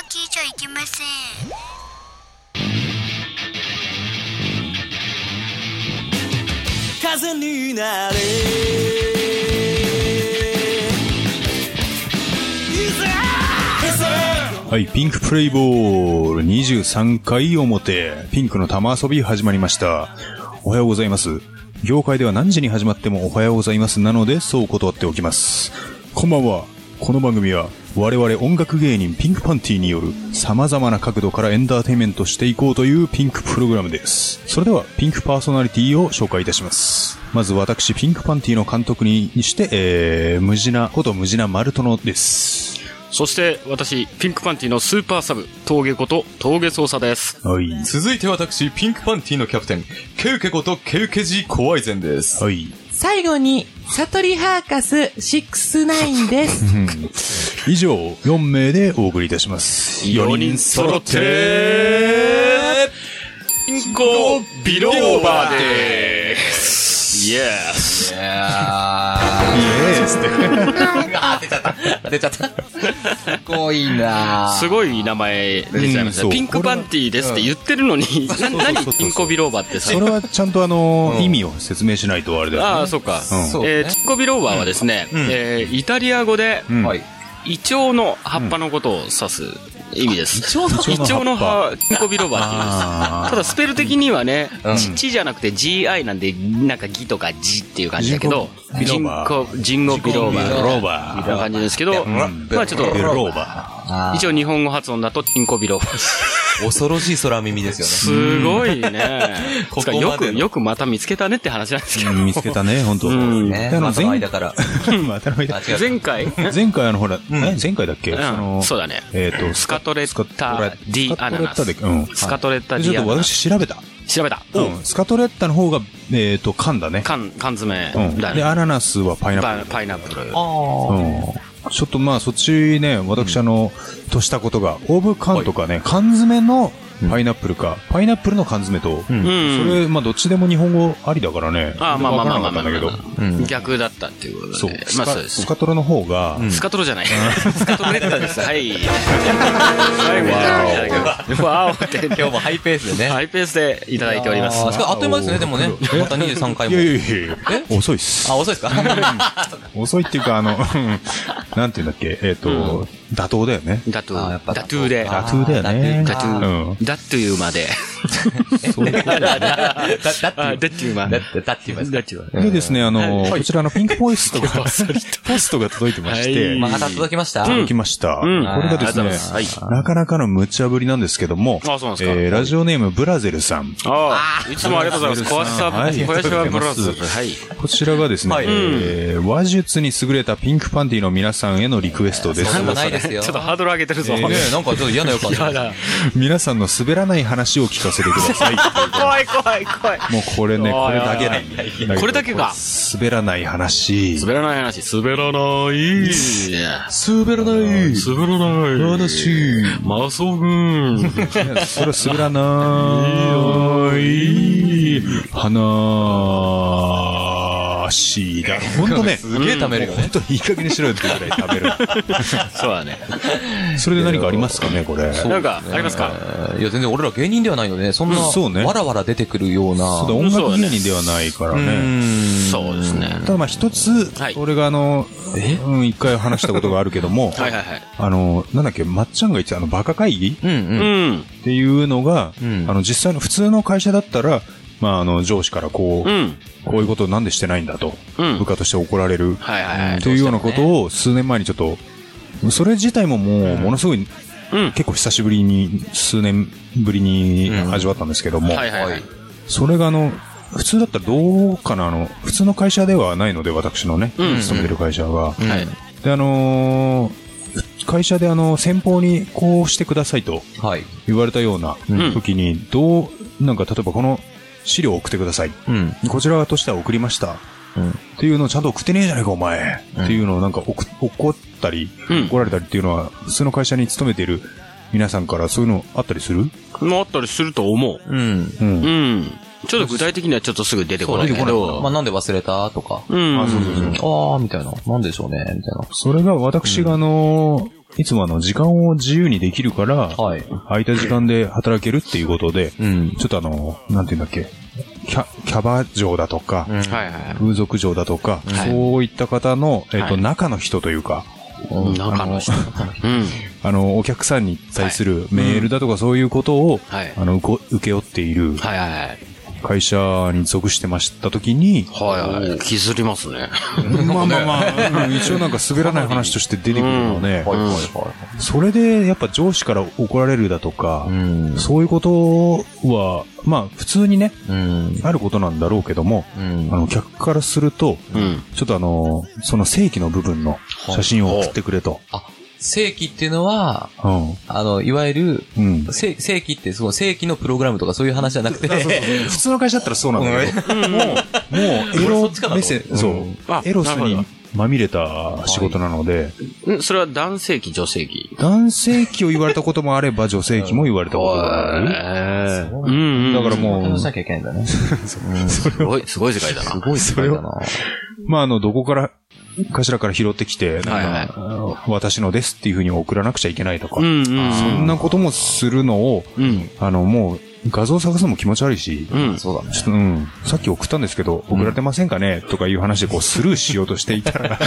聞いちゃいけません。 風になれはい、ピンクプレイボール23回表、ピンクの玉遊び始まりました。おはようございます。業界では何時に始まってもおはようございますなので、そう断っておきます。こんばんは。この番組は我々音楽芸人ピンクパンティによる様々な角度からエンターテインメントしていこうというピンクプログラムです。それではピンクパーソナリティを紹介いたします。まず私ピンクパンティの監督にして、ムジナことムジナマルトノです。 そして私ピンクパンティのスーパーサブ峠こと峠捜査です。 はい。 続いて私ピンクパンティのキャプテンケウケことケウケジコワイゼンです。 はい。 最後にサトリハーカス69です。 以上4名でお送りいたします。 4人揃ってピンコビローバーでーす。イエス。 イエースって出ちゃったすごいなすごい名前出ちゃいました、ピンクパンティですって言ってるのに、何ピンコビローバーってさ。 それはちゃんと意味を説明しないとあれだよね。 ああ、そうか。ピンコビローバーはですね、イタリア語で、イチョウの葉っぱのことを指す意味です。イチョウの葉、ピンコビローバーって言うんです。ただスペル的にはね、ちじゃなくて GI なんで、なんかギとかジっていう感じだけど、ジンゴビローバーみたいな感じですけど、まあちょっと、一応日本語発音だとピンコビローバー。 恐ろしい空耳ですよね。 すごいね。よくまた見つけたねって話なんですけど。 見つけたね、本当。 またの間から。 またの間。 前回ほら、前回だっけ？ そうだね。スカトレッタ・ディ・アナナス。スカトレッタ・ディ・アナナス。 ちょっと私調べた。スカトレッタの方が、缶だね。 缶詰だね。 で、アナナスはパイナップル。 パイナップル。 ちょっとまあそっちね、私としたことが、オーブ缶とかね、缶詰のパイナップルか、パイナップルの缶詰と、それ、まあどっちでも日本語ありだからね。 まあ、逆だったっていうことで。 そう。スカトロの方が、 スカトロじゃない。スカトレッタです。はい。わーって。 今日もハイペースでね。 ハイペースでいただいております。 あっという間ですね、でもね。また23回も。 いや。遅いっす。 遅いっすか？ 遅いっていうか、なんていうんだっけ、妥当だよね。 ダトゥーで。 ダトゥーだよね。 ダトゥーまで。 でですね、こちらのピンクポストが届いてまして。 また届きました？ 届きました。これがですね、なかなかの無茶ぶりなんですけども、ラジオネームブラゼルさん。 いつもありがとうございます。小林はブラゼル。 こちらがですね、話術に優れたピンクパンティの皆さんへのリクエストです。 ちょっとハードル上げてるぞ。 なんかちょっと嫌な予感。 皆さんの滑らない話を聞かせてください。 怖い。 もうこれね、これだけね。 これだけか。 滑らない話。 滑らない。 話。 マソ軍。 それ滑らない話だ。ほんとね。 すげえ食べるよね。 ほんといい加減にしろよってぐらい食べる。 そうだね。 それで何かありますかね、これ。 なんかありますか？ いや、全然俺ら芸人ではないので、そんな、わらわら出てくるような。 そうだ、音楽芸人ではないからね。 そうですね。 ただまあ一つ、俺が一回話したことがあるけども、なんだっけ、まっちゃんが言ってたバカ会議っていうのが、実際の普通の会社だったら、まあ上司からこういうことをなんでしてないんだと、部下として怒られるというようなことを数年前にちょっと、それ自体ももうものすごい結構久しぶりに、数年ぶりに味わったんですけども、それが普通だったらどうかな、普通の会社ではないので、私のね、勤めてる会社が。で、会社で先方にこうしてくださいと言われたような時に、なんか例えばこの資料を送ってください。こちらとしては送りました。っていうのをちゃんと送ってねえじゃねえかお前、っていうのをなんか怒ったり、怒られたりっていうのは普通の会社に勤めている皆さんからそういうのあったりする？ あったりすると思う。ちょっと具体的にはちょっとすぐ出てこないけど。 まあ、なんで忘れたとか。 みたいな。 なんでしょうねみたいな。 それが私がいつも時間を自由にできるから、空いた時間で働けるっていうことで、ちょっとなんていうんだっけ、キャバ嬢だとか、風俗嬢だとか、そういった方の、中の人というか、 中の人。 お客さんに対するメールだとかそういうことを、受け負っている、会社に属してましたときに、 気づりますね。 まあ、一応なんか滑らない話として出てくるので、それでやっぱ上司から怒られるだとか、そういうことは、まあ普通にね、あることなんだろうけども、客からすると、ちょっとその正規の部分の写真を送ってくれと。 正規っていうのは、いわゆる、正規ってその正規のプログラムとかそういう話じゃなくて、 普通の会社だったらそうなんだけど、もうエロ目線、エロスにまみれた仕事なので、 それは男性器、女性器？ 男性器を言われたこともあれば、女性器も言われたことがある。だからもう、 話しなきゃいけないんだね。 すごい世界だな。 すごい世界だな。 まあどこから頭から拾ってきて、私のですっていう風に送らなくちゃいけないとか、そんなこともするのを、もう画像探すのも気持ち悪いし、 そうだね。 ちょっと、さっき送ったんですけど、送られてませんかねとかいう話でこうスルーしようとしていたら、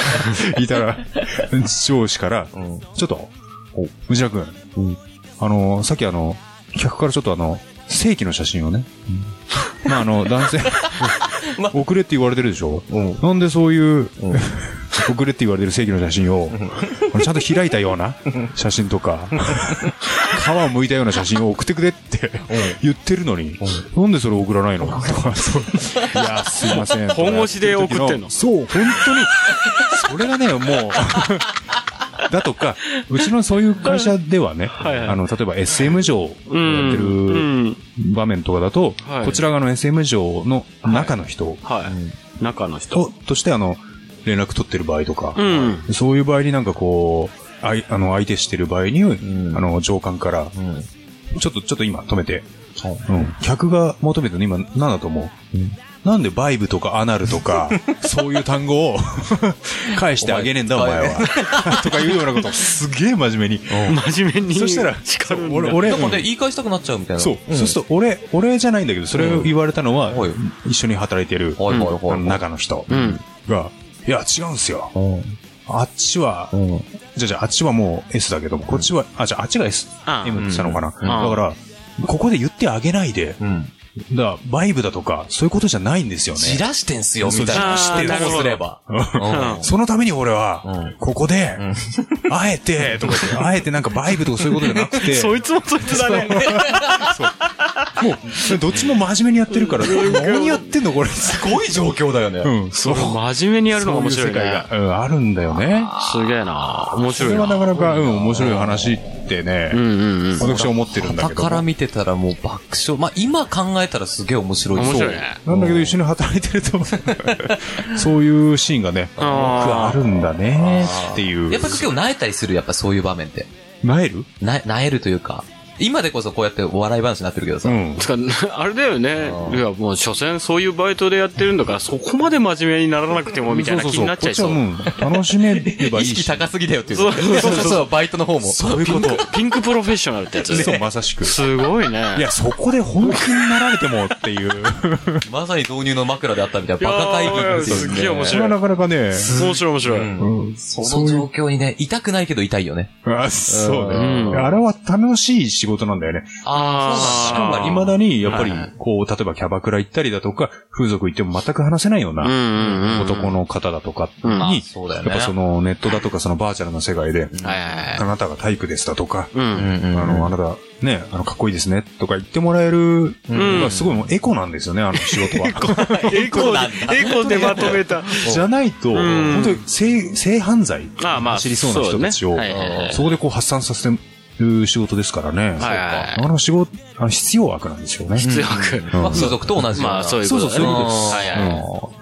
上司から、ちょっと、藤田君、さっき客からちょっと正規の写真をね、まあ男性、送れって言われてるでしょ、なんでそういう、送れって言われてる正規の写真を、ちゃんと開いたような写真とか、皮を剥いたような写真を送ってくれって言ってるのに、なんでそれ送らないのとか、いや、すいません。 本腰で送ってんの？ そう、本当に。それがね、もう、だとか、うちのそういう会社ではね、例えば SM 嬢やってる場面とかだと、こちら側の SM 嬢の中の人、 中の人として連絡取ってる場合とか、そういう場合になんかこう、相手してる場合に、上官から、ちょっと今止めて、客が求めてるの今何だと思う？なんでバイブとかアナルとか、そういう単語を返してあげねえんだお前は。とかいうようなことをすげえ真面目に。 真面目に。 そしたら、 俺、なんかね、言い返したくなっちゃうみたいな。 そう。そうすると、俺じゃないんだけど、それを言われたのは、一緒に働いてる中の人が、いや、違うんすよ。あっちは、じゃああっちはもう S だけども、こっちは、じゃああっちが S、M ってしたのかな。だから、ここで言ってあげないで、バイブだとか、そういうことじゃないんですよね。 じらしてんすよ、みたいな。知ってるとすれば。 そのために俺は、ここで、あえて、とか言って、あえてなんかバイブとかそういうことじゃなくて。 そいつもそいつだね。 もう、どっちも真面目にやってるから、何やってんのこれ。 すごい状況だよね。 そう。真面目にやるのが面白いね。 あるんだよね。 すげえな。面白い。 それはなかなか、面白い話ってね、私は思ってるんだけど。 傍から見てたらもう爆笑。まあ、今考えたらすげえ面白い。 面白いね。 なんだけど一緒に働いてると、そういうシーンがね、あるんだねっていう。 やっぱ結構萎えたりする、やっぱそういう場面って。 萎える？ 萎えるというか。今でこそこうやってお笑い話になってるけどさ。 あれだよね。いや、もう、所詮そういうバイトでやってるんだから、そこまで真面目にならなくても、みたいな気になっちゃいそう。 楽しめればいいし。 意識高すぎだよっていう。そう、バイトの方も。 そういうこと。 ピンクプロフェッショナルってやつね。 そう、まさしく。 すごいね。 いや、そこで本気になられてもっていう。 まさに導入の枕であったみたいな、バカ会議っていう。 すげえ面白い。 それはなかなかね。 面白い。 その状況にね、痛くないけど痛いよね。 そうね。あれは楽しい仕事なんだよね。しかも未だに、やっぱり、こう、例えばキャバクラ行ったりだとか、風俗行っても全く話せないような男の方だとかに、やっぱそのネットだとかそのバーチャルな世界で、あなたがタイプですだとか、あなた、ね、かっこいいですね、とか言ってもらえるのがすごいもうエコなんですよね、仕事は。 エコでまとめた。 じゃないと、本当に性犯罪走りそうな人たちを、そこでこう発散させて、仕事ですからね。なかなか仕事、必要悪なんですよね。 必要悪。 風俗と同じ。 まあ、そういうことです。そういうことです。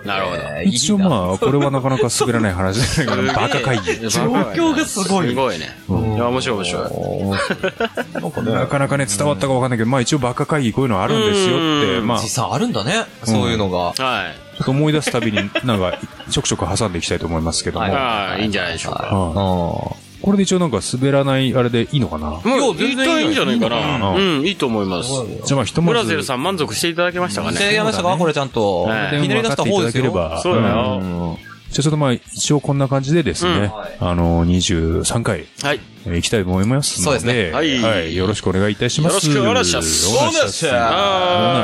なるほど。 一応まあ、これはなかなか滑らない話じゃないから、バカ会議。 状況がすごい。 すごいね。いや、面白い。 なかなかね、伝わったかわかんないけど、まあ一応バカ会議こういうのあるんですよって、まあ。 実際あるんだね。そういうのが。 はい。 ちょっと思い出すたびに、なんか、ちょくちょく挟んでいきたいと思いますけども。 いいんじゃないでしょうか。 これで一応なんか滑らないあれでいいのかな？ もう全然いいんじゃないかな。うん、いいと思います。 じゃあまあひとまず。 ブラゼルさん満足していただけましたかね？ してやめましたかこれちゃんと。ひねり出した方ですよ。 そうだよ。 じゃあちょっとまあ一応こんな感じでですね、23回。はい。行きたいと思いますので。 そうですね。 はい。よろしくお願いいたします。 よろしくお願いします。 お願いします。はい。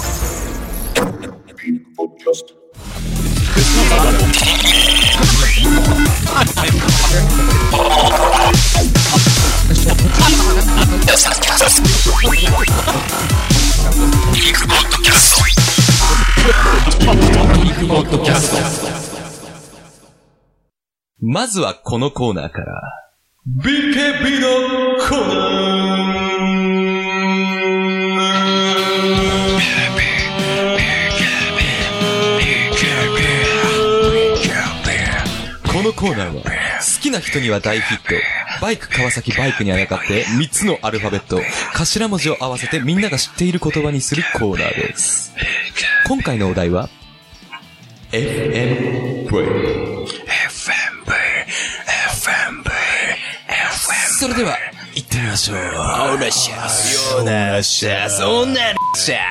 まずはこのコーナーから。 BKB のコーナー。このコーナーは好きな人には大ヒット。バイク川崎バイクにあやかって3つのアルファベット、頭文字を合わせてみんなが知っている言葉にするコーナーです。今回のお題は FMV。それでは行ってみましょう。おなしゃす。おなしゃす。おなしゃ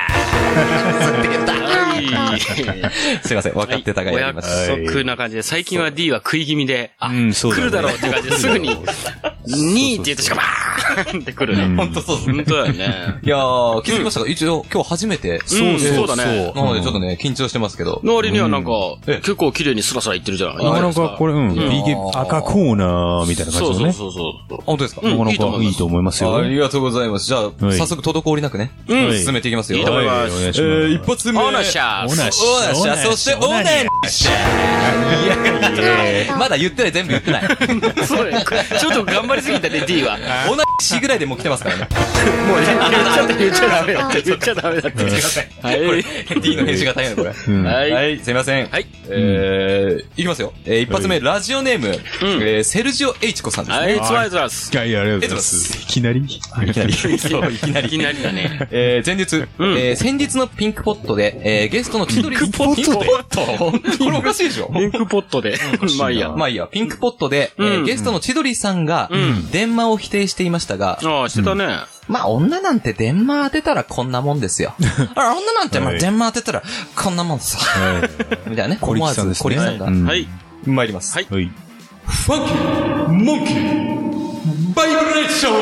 すいません、分かってたがやります。 お約束な感じで、最近は D は食い気味で、来るだろうって感じですぐに、2って言うとしかバーンって来るね。 ほんとそうですね。 ほんとだよね。 いやー、気づきましたか？一応、今日初めて。 そうだね。 なのでちょっとね、緊張してますけど。 の割にはなんか、結構綺麗にスラスラいってるじゃない？ なんかこれ、赤コーナーみたいな感じのね。 そう。本当ですか？ なかなかいいと思いますよ。 ありがとうございます。じゃあ、早速滞りなくね、進めていきますよ。 いいと思います。 一発目。 オナシャー。 そしてオナシャー。まだ言ってない、全部言ってない。 そうね。ちょっと頑張りすぎたね、D は。 オナシーぐらいでもう来てますからね。 もう言っちゃダメだって。言っちゃダメだって。すいません。はい。 D の編集が大変だ、これ。はい。すいません。はい。いきますよ。一発目、ラジオネーム、セルジオ・エイチコさんですね。 はい、つまります。 はい、ありがとうございます。いきなりそう、いきなりだね。前日、先日のピンクポットで、ゲストの千鳥さん。 ピンクポットこれおかしいでしょ？ ピンクポットで。まあいいや。 ピンクポットで、ゲストの千鳥さんが、電話を否定していましたが。 ああ、してたね。 まあ、女なんて電話当てたらこんなもんですよ。女なんて電話当てたらこんなもんですよ。みたいなね。思わず、コリさんが。 はい。 参ります。 はい。 ファンキー、モンキー、バイブレーション、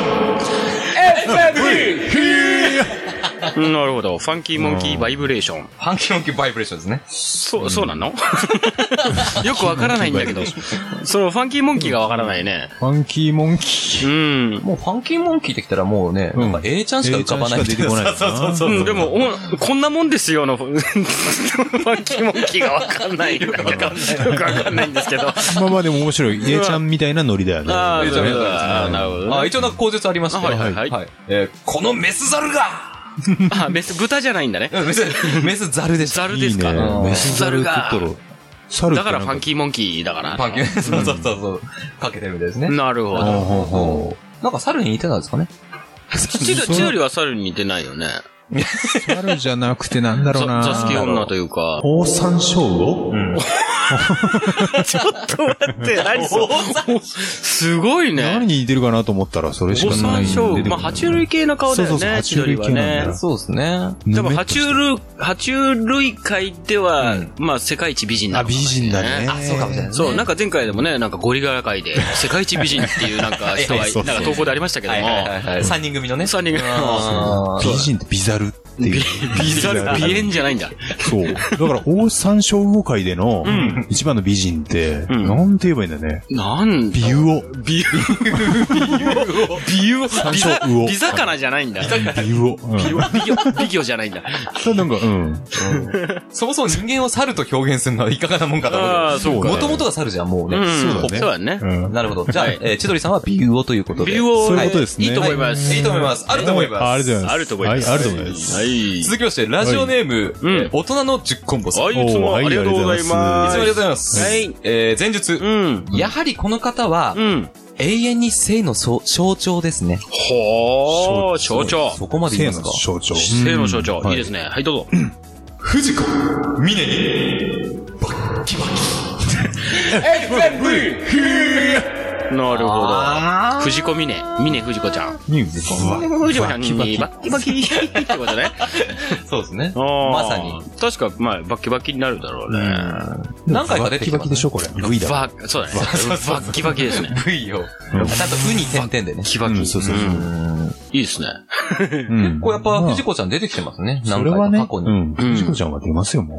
FMV! なるほど。ファンキーモンキーバイブレーション。 ファンキーモンキーバイブレーションですね。 そうなの？よくわからないんだけど。そのファンキーモンキーがわからないね。 ファンキーモンキー。 もうファンキーモンキーってきたらもうね、なんか A ちゃんしか浮かばない。 出てこない。 そう。でも、こんなもんですよの、ファンキーモンキーがわかんない。よくわかんないんですけど。 まあでも面白い。A ちゃんみたいなノリだよね。 ああ、なるほど。 一応なんか口述ありまして。 はい。 このメスザルがメス豚じゃないんだね。 メスザルです。 ザルですか。 メスザルが。 だからファンキーモンキーだから。 ファンキー、そう。かけてるみたいですね。 なるほど。 なんか猿に似てたんですかね。 千鳥は猿に似てないよね。 猿じゃなくてなんだろうな。 座敷女というか。 オオサンショウウオ？ ちょっと待って、何それ。すごいね。 何に似てるかなと思ったらそれしかない。 オオサンショウウオ。まあ、爬虫類系の顔だよね。 そう、爬虫類系なんだ。 そうですね。 でも、爬虫類界では、まあ、世界一美人なの。 美人だね。 そうかもしれない。 そう、なんか前回でもね、なんかゴリラ界で、世界一美人っていうなんか人が、なんか投稿でありましたけども。 3人組のね。 3人組。 美人ってビザルっていう。 ビザル、鼻炎じゃないんだ。 そう。だから、オオサンショウウオ界での、一番の美人って、なんて言えばいいんだね。 ビウオ。 ビ魚じゃないんだ。 ビウオ。 美魚じゃないんだ。 なんか、 そもそも人間を猿と表現するのはいかがなもんかと思う。 ああ、そうか。 もともとが猿じゃん、もうね。 そうだね。 なるほど。じゃあ、千鳥さんはビウオということで。 ビウオ。 そういうことですね。 いいと思います。 いいと思います。あると思います。 ありがとうございます。 あると思います。 あると思います。 はい。 続きまして、ラジオネーム、大人の10コンボさん。 はい、いつもありがとうございます。 いつもありがとうございます。 はい。 前述。やはりこの方は、永遠に性の象徴ですね。 ほー、象徴。 そこまで言いますか。 性の象徴。 性の象徴。いいですね。はい、どうぞ。 藤子、峰に、バッキバキ。FMV! なるほど。藤子峰藤子ちゃん。藤子ちゃんにバッキバキってことね。 そうですね。まさに。 確か、まあ、バッキバキになるだろうね。 何回か出てきた。 バッキバキでしょ、これ。V だ。 そうだね。バッキバキですね。 V よ。ちゃんとウに点々でね。 キバキ。そうそうそう。いいですね。 これやっぱ、藤子ちゃん出てきてますね。 それはね。藤子ちゃんは出ますよ、もう。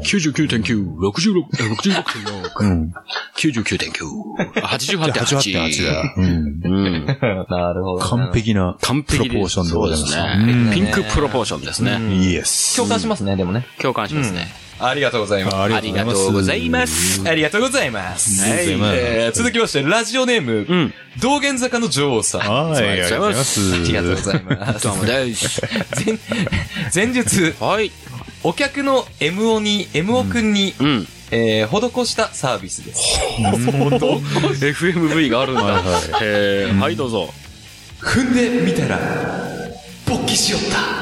99.9、66.4、99.9、88.8だ。 なるほど。 完璧なプロポーションでございますね。 ピンクプロポーションですね。 イエス。 共感しますね、でもね。 共感しますね。 ありがとうございます。 ありがとうございます。 ありがとうございます。続きまして、ラジオネーム、道玄坂の女王さん。 ありがとうございます。 ありがとうございます。 どうもです。 前日、お客の M おくんに、施したサービスです。 FMV があるんだ。はい、どうぞ。 踏んでみたら、勃起しよった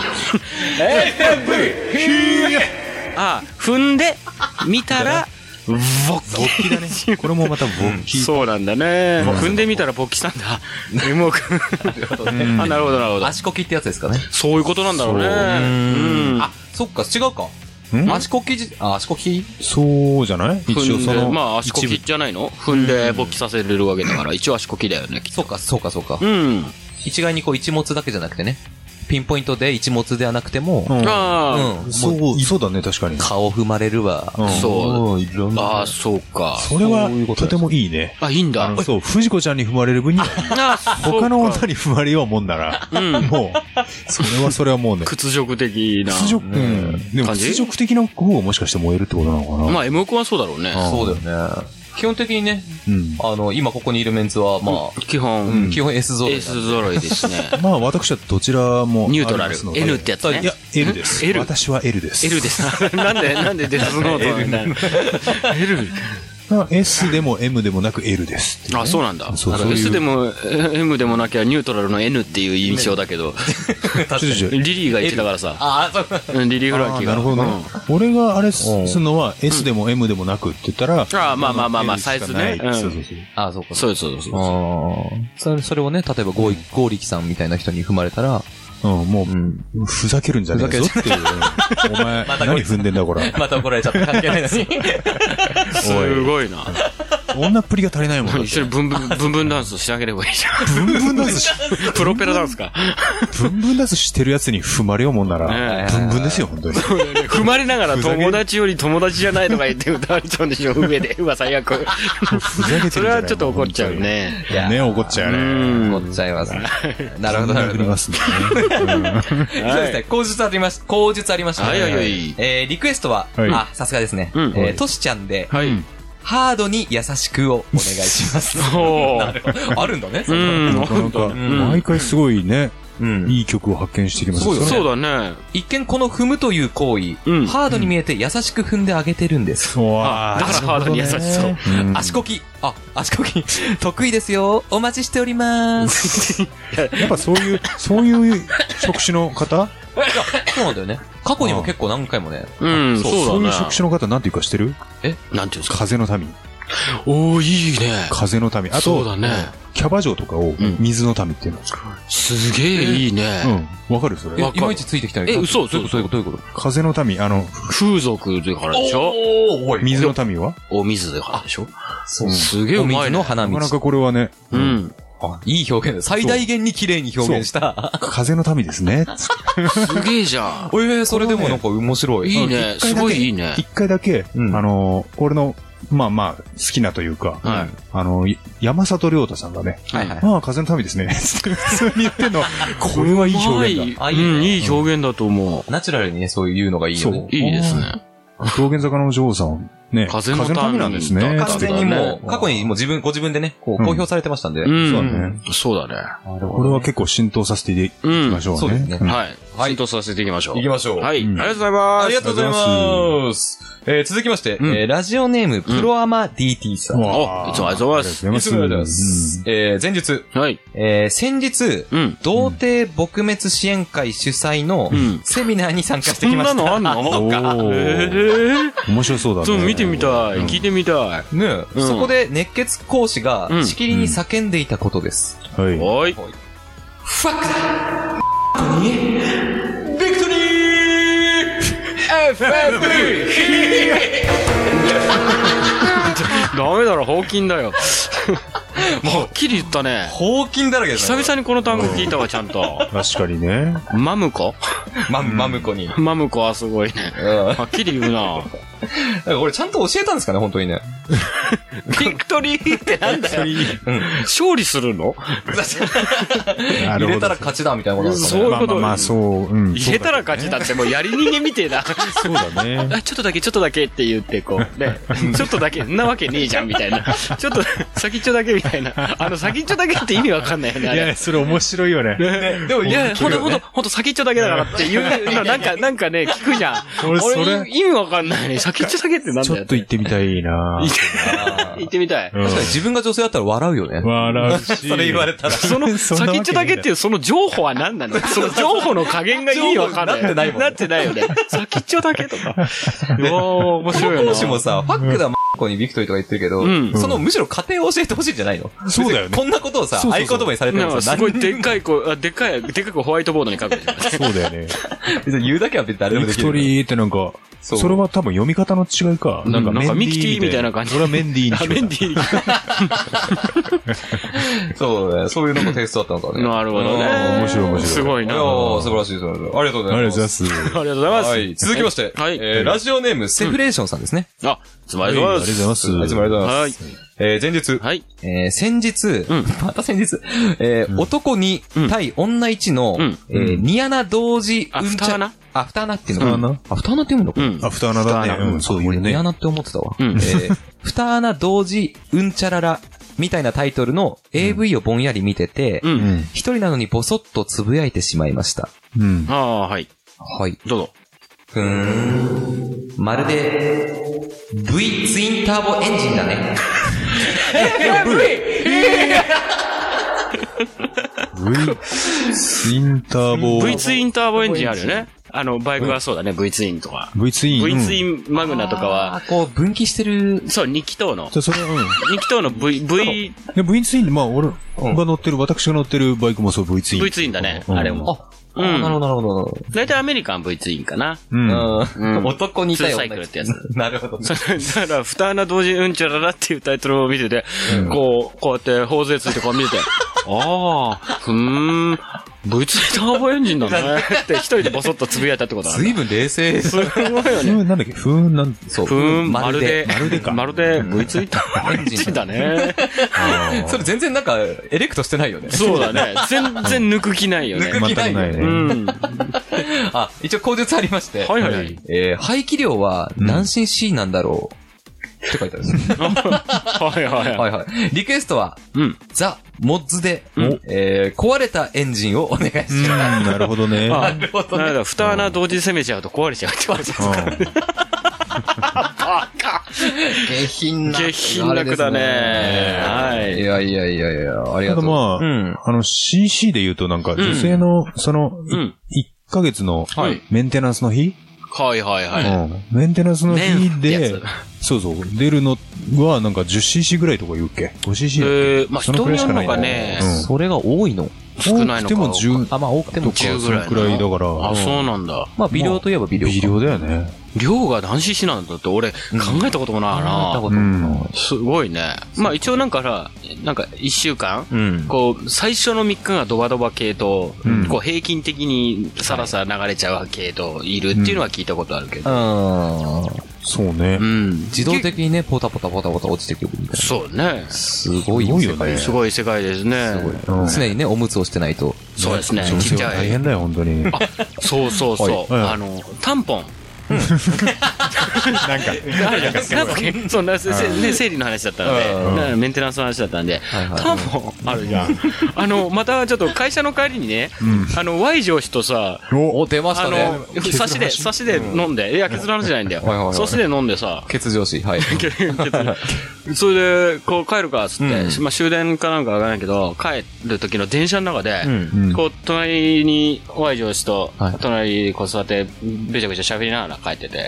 。FMV! 踏んでみたら、勃起だね。これもまた勃起。 そうなんだね。踏んでみたら勃起したんだ。M くん。なるほど、なるほど。 足こきってやつですかね。 そういうことなんだろうね。 そっか、違うか。足こきそうじゃない一応その。 まあ足こきじゃないの踏んで勃起させれるわけだから、一応足こきだよね。 そうか。一概にこう一物だけじゃなくてね。ピンポイントで一物ではなくても、 そうだね、確かに。 顔踏まれるわ。 そう。そうか。 それは、とてもいいね。 いいんだ。 そう、藤子ちゃんに踏まれる分には、他の女に踏まれようもんなら、もう、それはもうね。 屈辱的な。 でも屈辱的な方がもしかして燃えるってことなのかな。 まあ、M 君はそうだろうね。 そうだよね。基本的にね、今ここにいるメンツは、まあ、 基本 S 揃い。 S 揃いですね。 まあ、私はどちらも。 ニュートラル。N ってやつね。 いや、L です。私は L です。 L です。なんでデスノートみたいな。L。 S でも M でもなく L です。 そうなんだ。S でも M でもなきゃニュートラルの N っていう印象だけど。リリーが1だからさ。リリー・フランキーが。 なるほどね。俺があれするのは S でも M でもなくって言ったら。 まあ、サイズね。 そうか。 そう。 それをね、例えばゴーリキさんみたいな人に踏まれたら、 もう、ふざけるんじゃねえぞっていう。お前、何踏んでんだ、これ。 また怒られちゃった関係ないのに。 すごいな。 女っぷりが足りないもん。 一緒にブンブンダンスしてあげればいいじゃん。 ブンブンダンスプロペラダンスか。 ブンブンダンスしてるやつに踏まれようもんなら、ブンブンですよ、本当に。 踏まれながら友達より友達じゃないとか言って歌われちゃうんでしょ、上で。最悪。 ふざけてる。 それはちょっと怒っちゃうね。 ね、怒っちゃうね。 怒っちゃいます。なるほど。 殴りますね。 そうですね、口述ありました。リクエストは、さすがですね。トシちゃんで、ハードに優しくをお願いします。あるんだね。 なんか、毎回すごいね、いい曲を発見してきますね。 そうだね。 一見この踏むという行為、ハードに見えて優しく踏んであげてるんです。 だからハードに優しそう。 足こき、得意ですよ。お待ちしております。 やっぱそういう職種の方？ そうなんだよね。過去にも結構何回もね。 そういう職種の方なんていうか知ってる？ なんていうんですか？ 風の民。 いいね。 風の民。あと、 そうだね。 キャバ嬢とかを水の民っていうの。 すげえいいね。 わかるそれ。 いまいちついてきたね。 嘘。 どういうこと？ 風の民、 風俗でからでしょ？ 水の民は？ お水でからでしょ？すげえうまいね。 お水の花道。 なかなかこれはね。 いい表現だ。最大限に綺麗に表現した。 風の民ですね。 すげえじゃん。 それでもなんか面白い。 いいね。すごいいいね。 一回だけ、俺の、まあ、好きなというか、山里亮太さんがね、風の民ですね。普通に言ってんの、これはいい表現だ。 いい表現だと思う。ナチュラルにね、そういうのがいいよね。 いいですね。 道玄坂の女王さん、ね、 風の民なんですね。 完全にもう、過去にもうご自分でね、公表されてましたんで。 そうだね。 これは結構浸透させていきましょうね。 そうですね。 はい。浸透させていきましょう。 行きましょう。 はい。ありがとうございます。 ありがとうございます。続きまして、ラジオネーム、プロアマ DT さん。 いつもありがとうございます。 いつもありがとうございます。前日。 はい。 先日、童貞撲滅支援会主催のセミナーに参加してきました。 そんなのあんの？ 面白そうだね。 見てみたい。聞いてみたい。 ねえ。そこで熱血講師がしきりに叫んでいたことです。 はい。 はい。 ファックだビクトリー FFB ダメだろ、ほうきんだよ。もうはっきり言ったね。 ほうきんだらけだね。 久々にこの単語聞いたわ、ちゃんと。 確かにね。 マムコマムコに。 マムコはすごいね。はっきり言うな。 俺ちゃんと教えたんですかね、本当にね。 ビクトリーってなんだよ。勝利するの入れたら勝ちだみたいなことなんですかね。 そういうこと。 まあそう。 入れたら勝ちだってもうやり人間みてえだ。 そうだね。 ちょっとだけって言ってこう、ね、ちょっとだけ、んなわけねえじゃんみたいな。ちょっと先っちょだけみたいな。先っちょだけって意味わかんないよね、あれ。 いや、それ面白いよね。 でも、いや、ほんと先っちょだけだからっていうの、なんかね、聞くじゃん。俺、意味わかんないね。先っちょだけってなんだよ。 ちょっと言ってみたいな言ってみたい。 確かに自分が女性だったら笑うよね。 笑うし。 それ言われたら。 その、先っちょだけっていうその情報は何なんだよ。その情報の加減が意味わかんない。なってないもん。なってないよね。先っちょだけとか。面白いよな。 講師もさ、ファックだコにビクトリーとか言ってるけど、そのむしろ過程を教えてほしいんじゃないの？ そうだよね。 こんなことをさ、合言葉にされてるのすごいでっかいホワイトボードに書く。 そうだよね。 別に言うだけは別に誰でもできる。 ビクトリーってなんか、それは多分読み方の違いか。 なんかミキティみたいな感じ。 それはメンディーにしよう。 メンディーに。 そうね。そういうのもテストだったのかね。 なるほどね。 面白い。 すごいな。 素晴らしい。ありがとうございます。 ありがとうございます。 ありがとうございます。 はい。続きまして、ラジオネーム、セフレーションさんですね。 あ、いつもありがとうございます。 いつもありがとうございます。前日。 はい。 先日、また先日、男2対女1の、ニアナ同時うんちゃら。アフターナっていうのかな？アフターナって読むのかな？ アフターナだね。そういうね。 ニアナって思ってたわ。フターナ同時うんちゃららみたいなタイトルの AV をぼんやり見てて、一人なのにボソッとつぶやいてしまいました。 はい。 はい。 どうぞ。 まるで V ツインターボエンジンだね。 V ツインターボ。 V ツインターボエンジンあるよね。バイクはそうだね、V ツインとか。 V ツイン。 V ツインマグナとかは。 こう、分岐してる。 そう、2気筒の。 それ、 2気筒の V ツイン、まあ、俺が乗ってる、私が乗ってるバイクもそう V ツイン。 V ツインだね、あれも。 なるほど。 大体アメリカン V ツインかな。 男にいたよ。 2サイクルってやつ。 なるほど。 だから、フターナ同時うんちゃららっていうタイトルを見てて、こうやってホーズでついてこう見てて、V ツインターボエンジンなんだねって一人でボソッとつぶやいたってことなんだ。 随分冷静。 すごいよね。 なんだっけまるで V ツインターボエンジンだね。 それ全然なんか、エレクトしてないよね。 そうだね。全然抜く気ないよね。 抜く気ないよね。一応口述ありまして。 はい。 排気量は何 cc なんだろうって書いてあるんです。はい。リクエストは、ザ・モッズで、壊れたエンジンをお願いします。 なるほどね。 なるほどね。 フターナ同時攻めちゃうと壊れちゃうって言われちゃうんですから。バカ。 下品楽だね。はい。 いや、ありがとう。 まあ、CC で言うとなんか、女性の、その、1ヶ月のメンテナンスの日はい。 メンテナンスの日で、そう、出るのはなんか 10cc ぐらいとか言うっけ 5cc だっけまあ、人によるのかね。 それが多いの少ないのか。 多くても10。 まあ多くても 10ぐらい。そのくらいだから。 そうなんだ。 まあ、微量といえば微量。 微量だよね。 量が何 cc なんだって俺考えたこともないな。すごいね。まあ一応なんか1週間、こう、最初の3日がドバドバ系と、こう平均的にさらさら流れちゃう系といるっていうのは聞いたことあるけど。 そうね。 自動的にね、ポタポタ落ちてくるみたいな。 そうね。 すごいよね。 すごい世界ですね。 常にね、おむつをしてないと。 そうですね。 ちっちゃい。大変だよ、本当に。 そう。タンポン。なんか、そんな、生理の話だったので、メンテナンスの話だったんで、タンポンあるじゃん。またちょっと会社の帰りにね、Y 上司とさ、 出ましたね。 差しで飲んで、いや、ケツの話じゃないんだよ。差しで飲んでさ、 ケツ上司、はい。 それで、こう帰るか、つって、まあ終電かなんかわからないけど、帰る時の電車の中で、こう、隣に Y 上司と、隣にこう座って、べちゃべちゃ喋りながら帰ってて、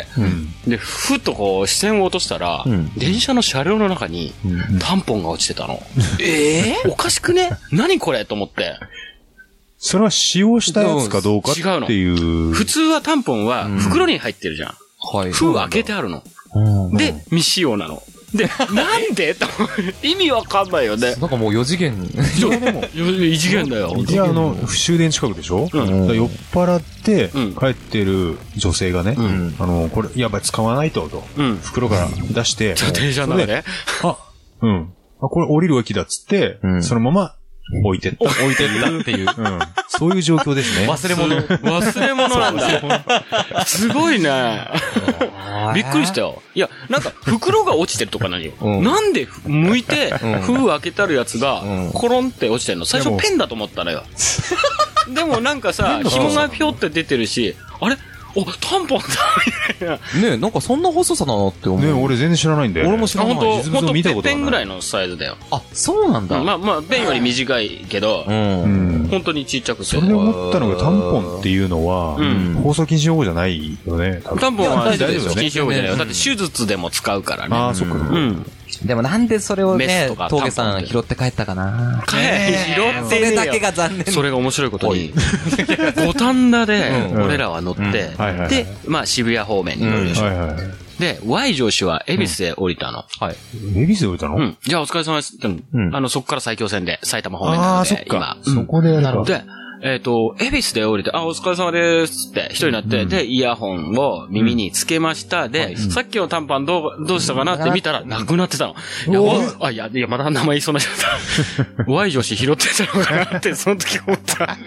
で、ふっとこう視線を落としたら、電車の車両の中にタンポンが落ちてたの。おかしくね？何これと思って。 それは使用したやつかどうかっていう。 普通はタンポンは袋に入ってるじゃん。封開けてあるの。で、未使用なの。で、なんでと意味わかんないよね。 なんかもう4次元。 異次元だよ。 いや、終電近くでしょ？酔っ払って帰ってる女性がね、これ、やばい、使わないと、袋から出して。 電車の中でこれ降りる駅だっつって、そのまま、置いてったっていう、そういう状況ですね。 忘れ物なんだ。すごいね。びっくりしたよ。いや、なんか袋が落ちてるとか何よ。なんで剥いて、封開けたるやつが、コロンって落ちてるの？最初ペンだと思ったのよ。でもなんかさ、紐がぴょって出てるし、あれ？タンポンだみたいな。 ねえ、なんかそんな細さなのって思う。 ねえ、俺全然知らないんだよ。 俺も知らない。 ほんとペンぐらいのサイズだよ。 あ、そうなんだ。 まあ、ペンより短いけど、本当にちっちゃくて。 それで思ったのがタンポンっていうのは、放送禁止用語じゃないよね。 タンポンは禁止用語じゃないよ。だって手術でも使うからね。 ああ、そっか。 でもなんでそれをね、峠さん拾って帰ったかな。 拾ってそれだけが残念。 それが面白いことに、五反田で俺らは乗って、で、まあ渋谷方面に乗るでしょ。で、Y 上司は恵比寿で降りたの。 恵比寿で降りたの？ じゃあお疲れ様です。そこから埼京線で埼玉方面なので、今。 そこで、なるほど。 で、恵比寿で降りて、お疲れ様ですって一人になって、で、イヤホンを耳につけました。で、さっきの短パンどうしたかなって見たら、なくなってたの。いや、まだ名前言いそうになっちゃった。Y 女子拾ってたのかなって、その時思った。だ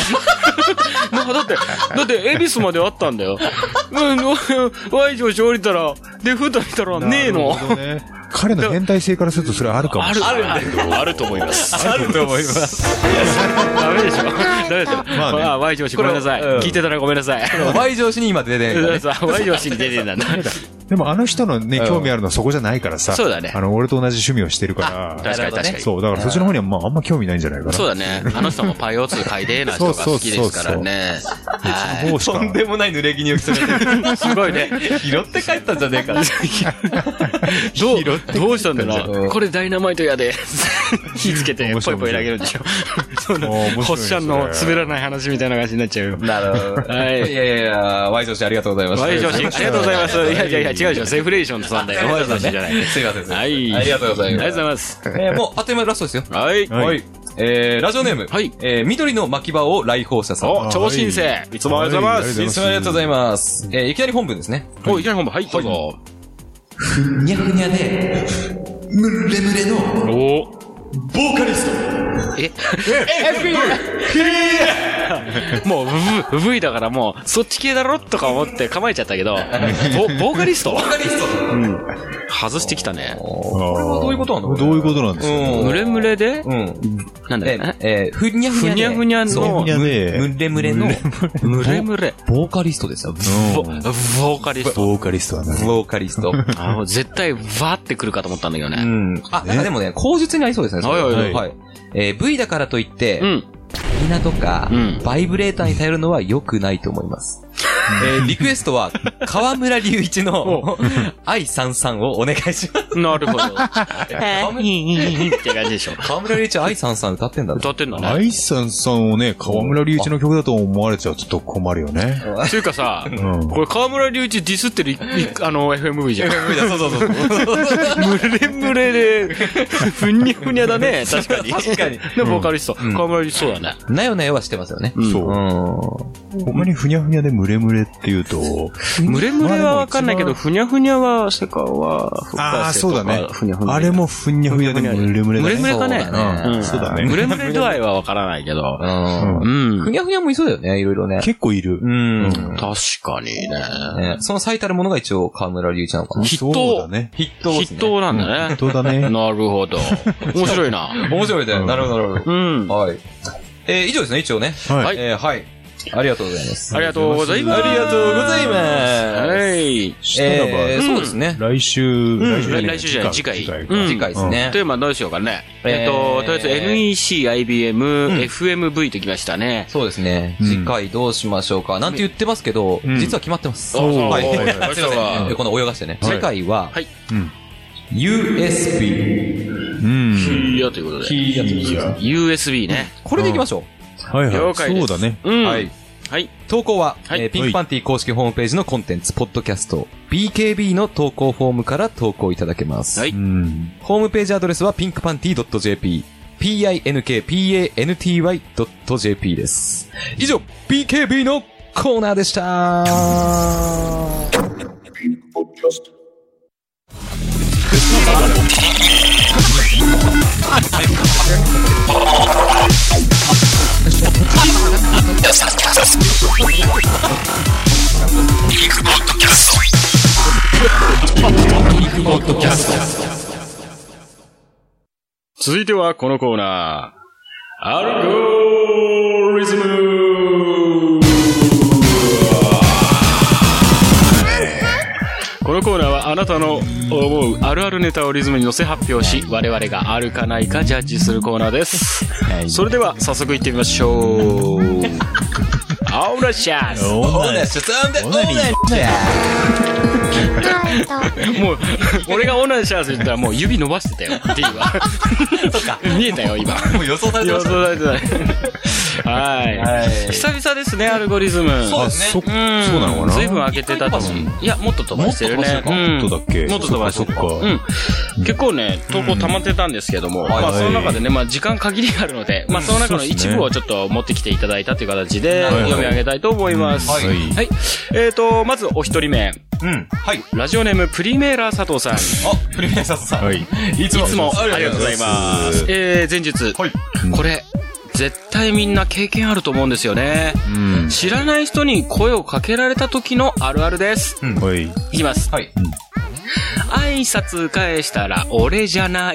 って、恵比寿まであったんだよ。Y 女子降りたら、で、ふと見たら、ねえの。 彼の変態性からするとそれはあるかもしれない。 あると思います。 あると思います。 ダメでしょ。ダメでしょ。まあ、Y 上司ごめんなさい。聞いてたらごめんなさい。 Y 上司に今出てる。 Y 上司に出てるんだ。 でもあの人のね、興味あるのはそこじゃないからさ。 そうだね。 俺と同じ趣味をしてるから。 確かに。 そう、だからそっちの方にはまああんま興味ないんじゃないかな。 そうだね。あの人もパイオツ書いてな人が好きですからね。 とんでもない濡れ衣を着せてる。 すごいね。 拾って帰ったんじゃねえか。 どうしたんだろう。これダイナマイトやで。火つけてポイポイ投げるんでしょ。ホッシャンの滑らない話みたいな感じになっちゃうよ。 なるほど。はい。いや、Y 上司ありがとうございます。 Y 上司ありがとうございます。いや、違うでしょ。セフレーションさんだよ。Y 上司じゃない。 すいません。 はい。 ありがとうございます。 ありがとうございます。 もう、あっという間ラストですよ。 はい。 ラジオネーム。はい。緑の巻き場を来訪者さん。 超新星。いつもありがとうございます。 いつもありがとうございます。いきなり本文ですね。 いきなり本文。はい、どうぞ。 ふにゃふにゃで、むれむれの、ボーカリスト。 もう、V だからもう、そっち系だろとか思って構えちゃったけど、ボーカリスト？ ボーカリスト。 うん。外してきたね。 これはどういうことなんだろう？ どういうことなんですか？ ムレムレでなんだよ。 ふにゃふにゃふにゃの、 ムレムレの、 ムレムレ。 ボーカリストですよ。 ボーカリスト。 ボーカリストはね。 ボーカリスト。 絶対、バーってくるかと思ったんだけどね。 なんかでもね、口述にありそうですね。はい。V だからといって、みなとか、バイブレーターに頼るのは良くないと思います。リクエストは、河村隆一の愛さんさんをお願いします。 なるほど。って感じでしょ。 河村隆一愛さんさん歌ってんだ。 歌ってんだね。 愛さんさんをね、河村隆一の曲だと思われちゃうとちょっと困るよね。 というかさ、これ河村隆一ディスってる、FMV じゃん。 FMV だ、そう。 ムレムレで、ふにゃふにゃだね、確かに。 確かに。 で、ボーカリスト。河村隆一そうだね。 なよなよはしてますよね。 そう。他にふにゃふにゃでムレムレっていうと、 ムレムレはわかんないけど、ふにゃふにゃは、世界は、 ああ、そうだね。あれもふにゃふにゃでムレムレだね。 ムレムレかね。 そうだね。 ムレムレ度合いはわからないけど。 ふにゃふにゃもいそうだよね、いろいろね。 結構いる。 確かにね。 その最たるものが一応、河村隆一なのかな。 筆頭。 筆頭。 筆頭なんだね。 筆頭だね。 なるほど。面白いな。 面白いね。なるほど、なるほど。はい。以上ですね、一応ね。 はい。 はい。 ありがとうございます。 ありがとうございます。 ありがとうございます。 はい。 したらば、そうですね。 来週じゃない、次回。 次回ですね。 テーマどうしようかね。とりあえず NEC、IBM、FMV ときましたね。 そうですね。次回どうしましょうか。なんて言ってますけど、実は決まってます。 はい。 すいません。この泳がしてね。次回は、USB。 キーヤということで。USB ね。 これでいきましょう。はいはい。 了解です。 そうだね。 はい。はい。投稿は、ピンクパンティ公式ホームページのコンテンツ、ポッドキャスト、BKB の投稿フォームから投稿いただけます。はい。ホームページアドレスは pinkpanty.jp、pinkpanty.jp です。以上、BKB のコーナーでした。ピンクポッドキャスト。 続いてはこのコーナー、アルゴリズム。このコーナーはあなたの思うあるあるネタをリズムに乗せ発表し、我々があるかないかジャッジするコーナーです。それでは早速行ってみましょう。オーナーシャツ。もう、俺がオーナーシャツ言ったらもう指伸ばしてたよっていうわ。そっか。見えたよ、今。もう予想されてました。予想されてない。はい。久々ですね、アルゴリズム。 そうですね。 そうなのかな。 随分開けてたと思う。いや、もっと飛ばしてるね。 もっとだっけ。 もっと飛ばしてる。結構ね、投稿溜まってたんですけども、まあその中でね、まあ時間限りがあるので、まあその中の一部をちょっと持ってきていただいたという形で読み上げたいと思います。はい。まずお一人目。はい。ラジオネームプリメーラー佐藤さん。 あ、プリメーラー佐藤さん。はい。 いつもありがとうございます。前日。はい。これ。絶対みんな経験あると思うんですよね。知らない人に声をかけられた時のあるあるです。いきます。はい。挨拶返したら俺じゃない。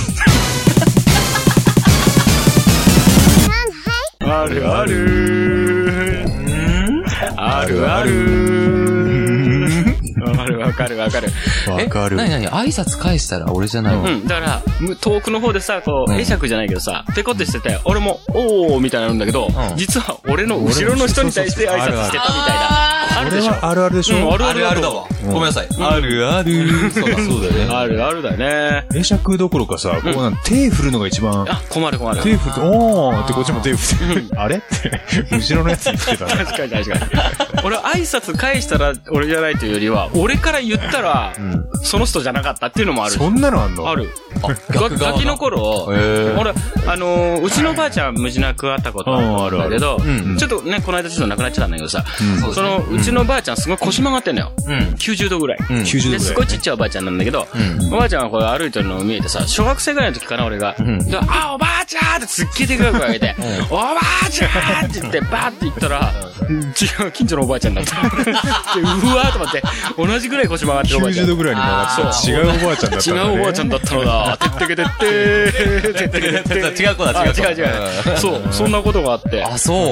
あるある。あるある。わかる。 わかる。 なに挨拶返したら俺じゃないの？ だから、遠くの方でさ、こう、会釈じゃないけどさ、ペコってしてて、俺も、おーみたいなのんだけど、実は俺の後ろの人に対して挨拶してたみたいな。あるでしょ？ あるあるでしょ？ あるあるだわ。ごめんなさい。あるある。そうだよね。 あるあるだね。 会釈どころかさ、こう手振るのが一番。 あ、困る。 手振って、おーってこっちも手振って、あれって、後ろのやつに振ってた。 確かに。俺挨拶返したら俺じゃないというよりは、俺から言ったら、その人じゃなかったっていうのもある。 そんなのあんの？ ある。ガキの頃、俺、うちのばあちゃん無事なく会ったことあるんだけど、ちょっとね、この間ちょっと亡くなっちゃったんだけどさ、その、うちのばあちゃんすごい腰曲がってんのよ。90度ぐらい。すごいちっちゃいおばあちゃんなんだけど、おばあちゃんがこれ歩いてるのを見えてさ、小学生ぐらいの時かな、俺が。あ、おばあちゃんってすっげえでかい声上げて、おばあちゃんって言って、バーって言ったら、違う、近所のおばあちゃんだった。うわーと思って、同じぐらい腰曲がってるおばあちゃん。 90度ぐらいに曲がってた。違うおばあちゃんだったんだね。 違うおばあちゃんだったのだ。てってけてって違う子だ。 違う。そう、そんなことがあって。 あ、そう。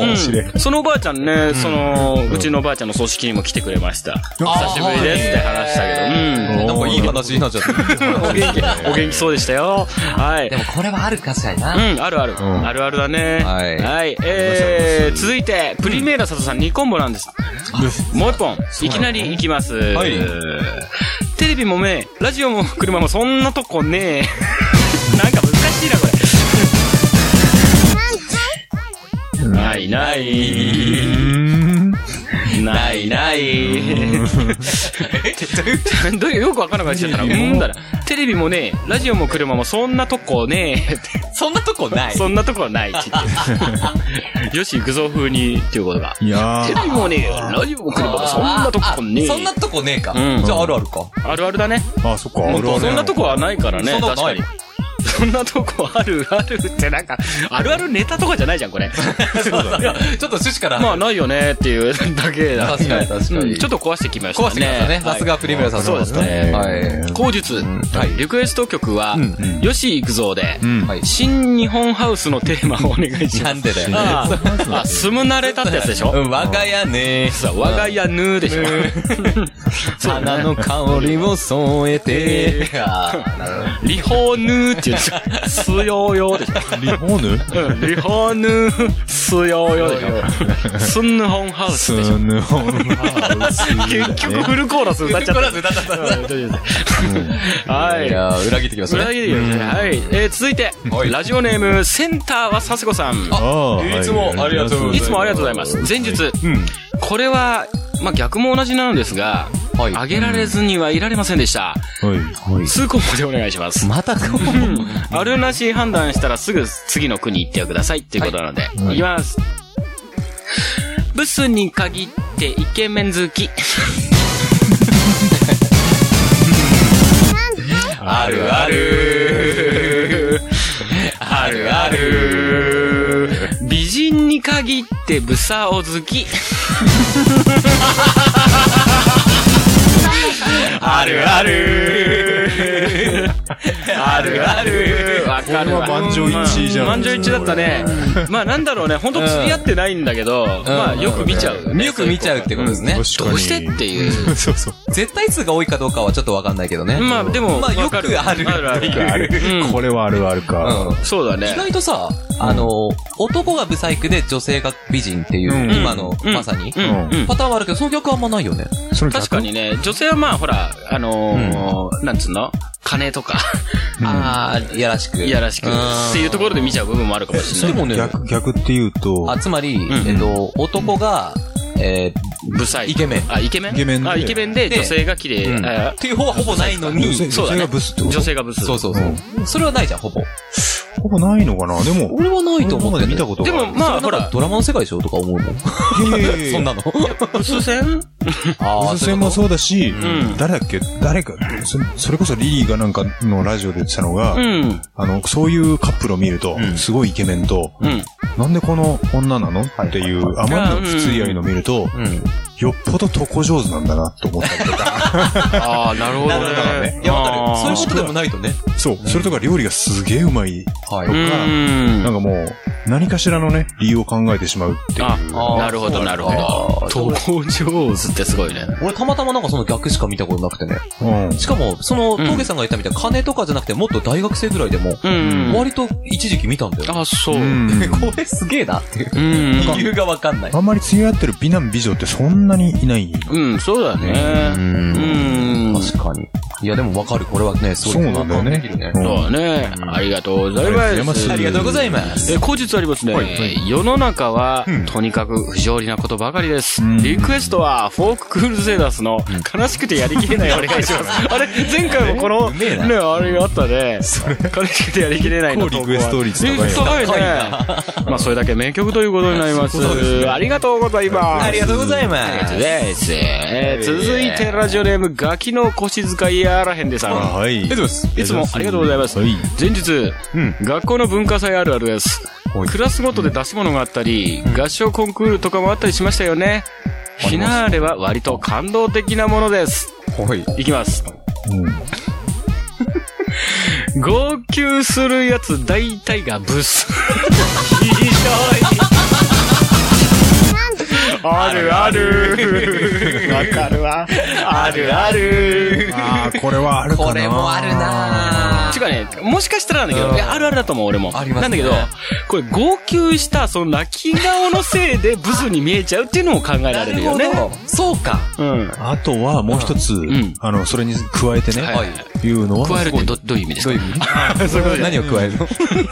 そのおばあちゃんね、うちのおばあちゃんの葬式にも来てくれました。久しぶりですって話したけど。 なんかいい話になっちゃった。 お元気そうでしたよ。はい。 でもこれはあるかしらいな。 ある。あるあるだね。はい。続いて、プリメーラ佐藤さん2コンボなんです。もう一本、いきなりいきます。はい。テレビもね、ラジオも車もそんなとこねえ。なんか難しいな、これ。ない。よくわからなくなっちゃったな。だら、テレビもね、ラジオも車もそんなとこねえ。 そんなとこない。 そんなとこないって言って。よし、具像風にっていうことが。 いやテレビもね、ラジオも車もそんなとこねえ。 そんなとこねえか。じゃああるあるか。 あるあるだね。 あ、そっか。 そんなとこはないからね。確かに。 そんなとこあるってなんか、あるあるネタとかじゃないじゃん、これ。 そうだね。ちょっと趣旨から。 まあ、ないよねっていうだけだ。 確かに。ちょっと壊してきましたね。 壊してきましたね。さすが栗村さん。 そうですね。はい。口述。リクエスト曲は、吉幾三で、新日本ハウスのテーマをお願いします。 なんでだよね。 住む慣れたってやつでしょ？ 我が家ね。 我が家ぬでしょ？ 花の香りを添えて、 リホヌって言うんですよ。すよよでしょ。 リホヌ？ リホヌ、すよよでしょ。スンヌホンハウスでしょ。 スンヌホンハウス。 結局フルコーラス歌っちゃった。はい。 いや裏切ってきましたね。 裏切ってきましたね。はい。続いて、ラジオネーム、センターはさすこさん。 いつもありがとうございます。 いつもありがとうございます。前述。これは、まあ、逆も同じなのですが、あげられずにはいられませんでした。数項目でお願いします。 またあるなし判断したらすぐ次の句に行ってくださいっていうことなので、いきます。ブスに限ってイケメン好き。あるある。あるある。美人に限ってブサオ好き。あるある。あるある。わかるわ。 満場一致じゃん。 満場一致だったね。まあなんだろうね、ほんと釣り合ってないんだけど、まあよく見ちゃう。 よく見ちゃうってことですね。 どうしてっていう。 そうそう。 絶対数が多いかどうかはちょっとわかんないけどね。 まあでも、 まあよくある。 あるある。 これはあるあるか。 そうだね。 意外とさ、男がブサイクで女性が美人っていう、今のまさに、パターンはあるけど、その逆はあんまないよね。 確かにね、女性はまあほら、なんつうの金とか。 いやらしく。 いやらしく。っていうところで見ちゃう部分もあるかもしれない。 でもね、 逆っていうと。 つまり、男が、 ブサイク。 イケメン。 イケメンイケメンで女性が綺麗。 っていう方はほぼないのに、 そうだね。女性がブス。 そう。それはないじゃん、ほぼ。 ほぼないのかなでも。 俺はないと思って見たことがある。 でもまあ、ほら。 ドラマの世界でしょとか思うもん。そんなの。 ブス戦ブス戦もそうだし、誰だっけ誰か、それこそリリーがなんかのラジオで言ってたのが、そういうカップルを見ると、すごいイケメンと、なんでこの女なのっていう、あまりの不釣り合いの見ると、よっぽど床上手なんだなと思ったりとか。 ああ、なるほどね。 いや、わかる。そういうことでもないとね。 そう。それとか料理がすげえうまいとか、なんかもう、何かしらのね、理由を考えてしまうっていう。 なるほど、なるほど。床上手ってすごいね。 俺たまたまなんかその逆しか見たことなくてね。しかも、その、峠さんが言ったみたいな金とかじゃなくてもっと大学生ぐらいでも、割と一時期見たんだよ。 あ、そう。 これすげえなっていう。理由がわかんない。 あんまり釣り合ってる美男美女ってそんなにいない。 そうだね。 確かに。いや、でもわかる。これはね、 そうなんだよね。 そうだね。ありがとうございます。 ありがとうございます。 後日ありますね。世の中は、とにかく不条理なことばかりです。リクエストは、フォーククールセイダースの、悲しくてやりきれないお願いします。あれ、前回もこの、ね、あれがあったね。悲しくてやりきれないのリクエスト率高いね。まあ、それだけ名曲ということになります。ありがとうございます。 ありがとうございます。 続いて、ラジオネーム、ガキの腰使いやらへんでさん。 はい。 いつもありがとうございます。前日、学校の文化祭あるあるです。クラスごとで出し物があったり、合唱コンクールとかもあったりしましたよね。フィナーレは割と感動的なものです。いきます。号泣するやつ大体がブス。ひどい。あるある。わかるわ。あるある。 これはあるかな。 これもあるな違うね、もしかしたらなんだけど、あるあるだと思う、俺も。 ありますね。 なんだけど、これ号泣した、その泣き顔のせいでブスに見えちゃうっていうのも考えられるよね。 そうか。 あとはもう一つ、それに加えてね、いうのは。 加えるってどういう意味ですか？ どういう意味？そういうこと何を加えるの？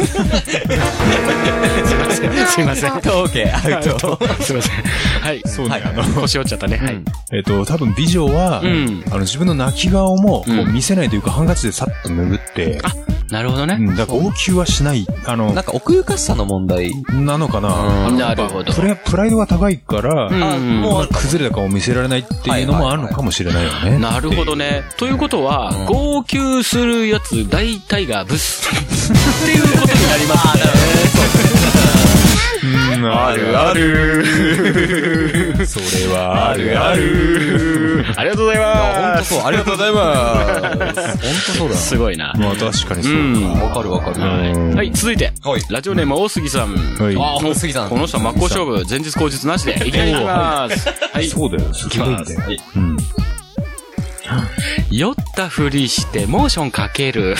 すいません。 OK、アウト。 すいません。はい。 そうね、 腰折っちゃったね。はい。 多分美女は、自分の泣き顔も、見せないというか、ハンカチでさっと拭って、 なるほどね。 だから号泣はしない。 なんか奥ゆかしさの問題なのかな。 なるほど。 プライドが高いから、もう崩れた顔を見せられないっていうのもあるのかもしれないよね。 なるほどね。ということは、号泣するやつ大体がブスっていうことになりますね。 あるある。それはあるある。 ありがとうございます。 本当そう、ありがとうございます。本当そうだ。 すごいな。 まあ確かにそうか。 わかるわかる。 はい、続いて。ラジオネーム大杉さん。 大杉さん。 この人は真っ向勝負、前日後日なしで、いきなりいきます。 はい。そうだよ。 いきます。酔ったふりしてモーションかける。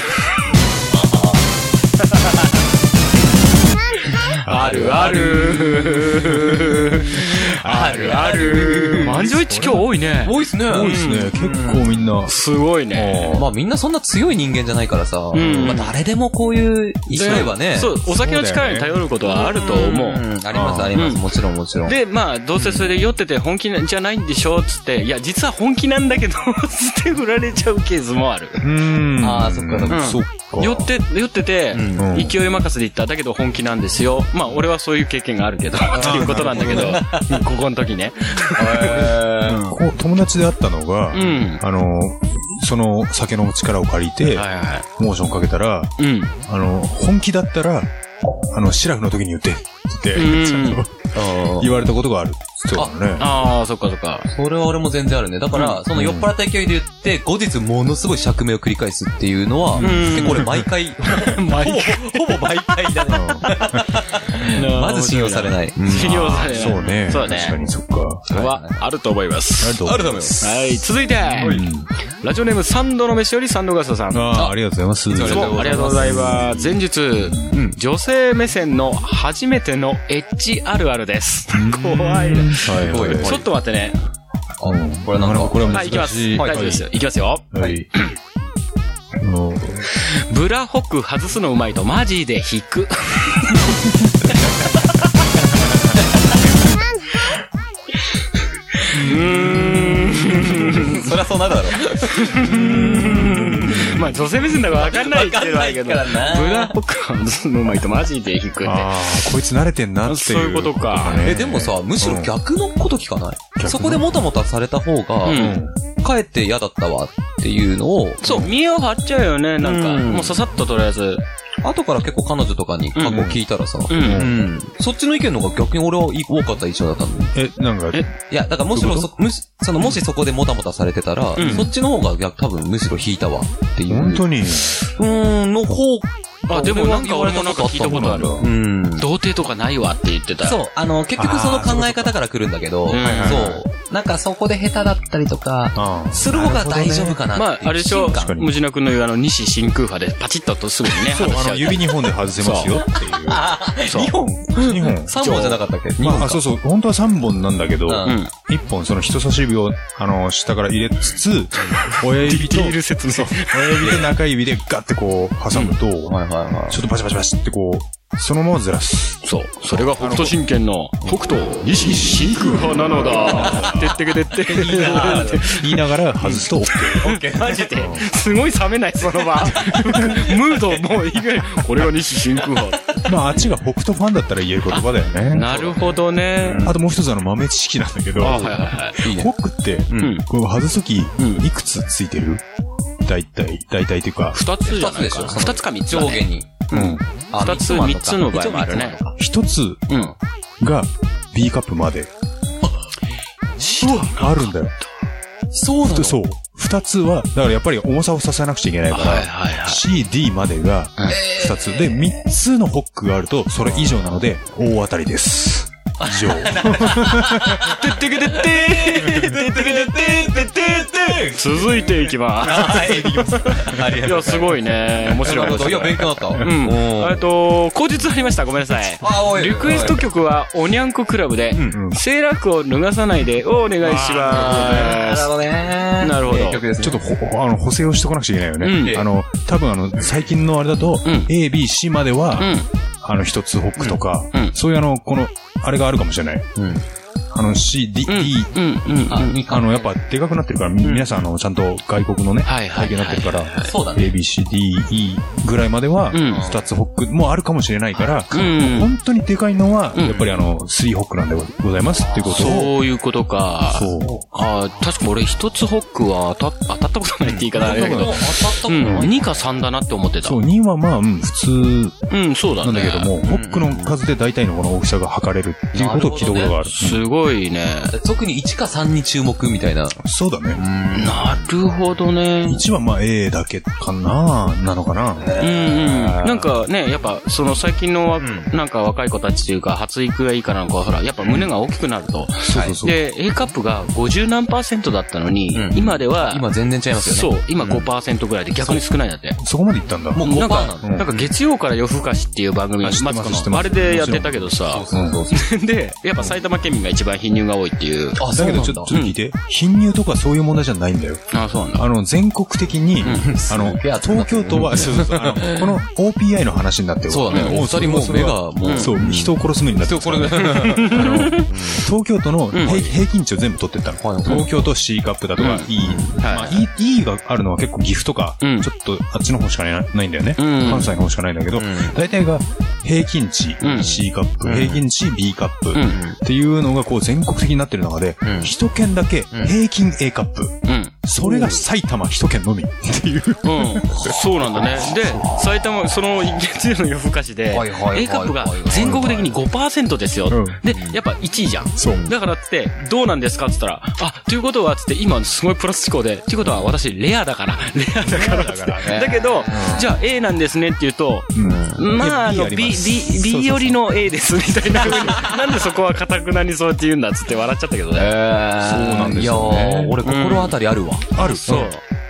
あるある。あるある。満場一致今日多いね。 多いっすね。 多いですね。結構みんな。 すごいね。 まあみんなそんな強い人間じゃないからさ。まあ誰でもこういう勢いはね。 そう、お酒の力に頼ることはあると思う。 ありますあります。もちろんもちろん。 で、まあどうせそれで酔ってて本気じゃないんでしょつって、いや実は本気なんだけど、つって振られちゃうケースもある。 ああ、そっかそっか。 酔ってて、勢い任せで言った。だけど本気なんですよ。まあ俺はそういう経験があるけど、っていうことなんだけど、ここの時ね。 友達で会ったのが、その酒の力を借りて、モーションかけたら、本気だったら、シラフの時に言って、って言われたことがある。 ああ、そっかそっか。 それは俺も全然あるね。だから、その酔っ払った勢いで言って、後日ものすごい釈明を繰り返すっていうのは、結構俺毎回、ほぼ毎回だね。まず信用されない。 信用されない。 そうね。 そうね。 確かにそっか。 それはあると思います。 あると思います。 はい、続いて、ラジオネームサンドの飯よりサンドガスさん。 ありがとうございます。 ありがとうございます。前日、女性目線の初めてのエッチあるあるです。怖いね。ちょっと待ってね。 これなんか、 これははい、いきます。大丈夫ですよ。いきますよ。 はい。 ブラホック外すのうまいとマジで引く。 そりゃそうなるだろ。 まあ女性目線だから分かんないっていうのはあるけど、ブラホック外すのうまいとマジで引くって。 ああ、こいつ慣れてんなっていう。 そういうことか。 でもさ、むしろ逆のこと聞かない？そこでもたもたされた方が、かえって嫌だったわっていうのを。 そう、見栄を張っちゃうよね、なんか。もうささっととりあえず。 後から結構彼女とかに過去聞いたらさ、そっちの意見の方が逆に俺は多かった印象だったの。 なんか、 いや、だからむしろもしそこでもたもたされてたら、そっちの方が多分むしろ引いたわっていう。 本当にの方でもなんか俺もなんか聞いたことある。童貞とかないわって言ってた。 そう、結局その考え方から来るんだけど、そう。なんかそこで下手だったりとか、する方が大丈夫かなって。 まあ、あれでしょ、ムジナ君の言う西真空波でパチッとすぐにね。 そう、指2本で外せますよっていう。 そう。2本 ?3 本じゃなかったっけ？ そうそう、本当は3本なんだけど、1本その人差し指を、下から入れつつ、親指と、親指と中指でガッてこう挟むと、ちょっとバチバチバチってこう、そのままずらす。 そう。それが北斗神拳の北斗西真空波なのだ。てってけてって言いながら外すと OK。 マジで。すごい冷めない、その場。ムードもういいぐらい。これが西真空波。 まあ、あっちが北斗ファンだったら言える言葉だよね。 なるほどね。 あともう一つ豆知識なんだけど、ホックって、こう外すとき、いくつついてる？大体っていうか。 2つじゃないか。2つか3つ。上下に。2つ、3つの場合もあるね。 1つが B カップまで。あるんだよ。 そうなの？ そう。2つは、だからやっぱり重さを支えなくちゃいけないから、C、D までが2つ。で、3つのホックがあると、それ以上なので、大当たりです。以上。てってけてっててってけてってって続いていきます。いや、すごいね。面白い。 いや、勉強だった。 口実ありました。ごめんなさい。リクエスト曲は、おにゃんこクラブで、セーラー服を脱がさないでをお願いします。 なるほどね。 なるほど。 ちょっと、補正をしとかなくちゃいけないよね。多分最近のあれだと、A、B、C までは、一つホックとか、そういうこの、あれがあるかもしれない。 C、D、やっぱでかくなってるから、皆さんちゃんと外国のね、体型になってるから、A、B、C、D、E ぐらいまでは、2つホックもあるかもしれないから、本当にでかいのは、やっぱり3ホックなんでございますっていうことを。 そういうことか。そう。確か俺1つホックは当たったことないって言い方あれだけど、2か3だなって思ってた。 そう、2はまあ、普通そうだね。 なんだけども、ホックの数で大体のこの大きさが測れるっていうことを聞いたことがある。 すごいね。 特に1か3に注目みたいな。 そうだね。 なるほどね。 1はまあ A だけかなのかな。 なんかね、やっぱその最近のなんか若い子たちというか発育がいいかなんかはほら、やっぱ胸が大きくなると。で、A カップが50何%だったのに、今では。 今全然違いますよね。 そう、今 5% ぐらいで逆に少ないんだって。 そこまでいったんだ。 もう5% なんか月曜から夜更かしっていう番組、マツコのあれでやってたけどさ。で、やっぱ埼玉県民が一番貧乳が多いっていう。 だけどちょっと聞いて。貧乳とかそういう問題じゃないんだよ。 そうなんだ。 全国的に、東京都は、この OPI の話になってる。 そうだね。お二人も目が、もう。 そう、人を殺す目になってる。東京都の平均値を全部取ってったの。東京都 C カップだとか E。E があるのは結構岐阜とか、ちょっとあっちの方しかないんだよね。関西の方しかないんだけど、大体が平均値 C カップ、平均値 B カップっていうのがこう全国的になってる中で、一県だけ平均 A カップ。それが埼玉一県のみっていう。 そうなんだね。で、埼玉、その月曜の夜更かしで、A カップが全国的に 5% ですよ。で、やっぱ1位じゃん。だからって、どうなんですかって言ったら、ということはつって、今すごいプラス思考で、っていうことは私レアだから。だけど、じゃあ A なんですねって言うと、まあ、B よりの A ですみたいな風に、なんでそこは固くなにそうやって言うんだっつって笑っちゃったけどね。そうなんですよね。 いや俺心当たりあるわ。 ある。 そう。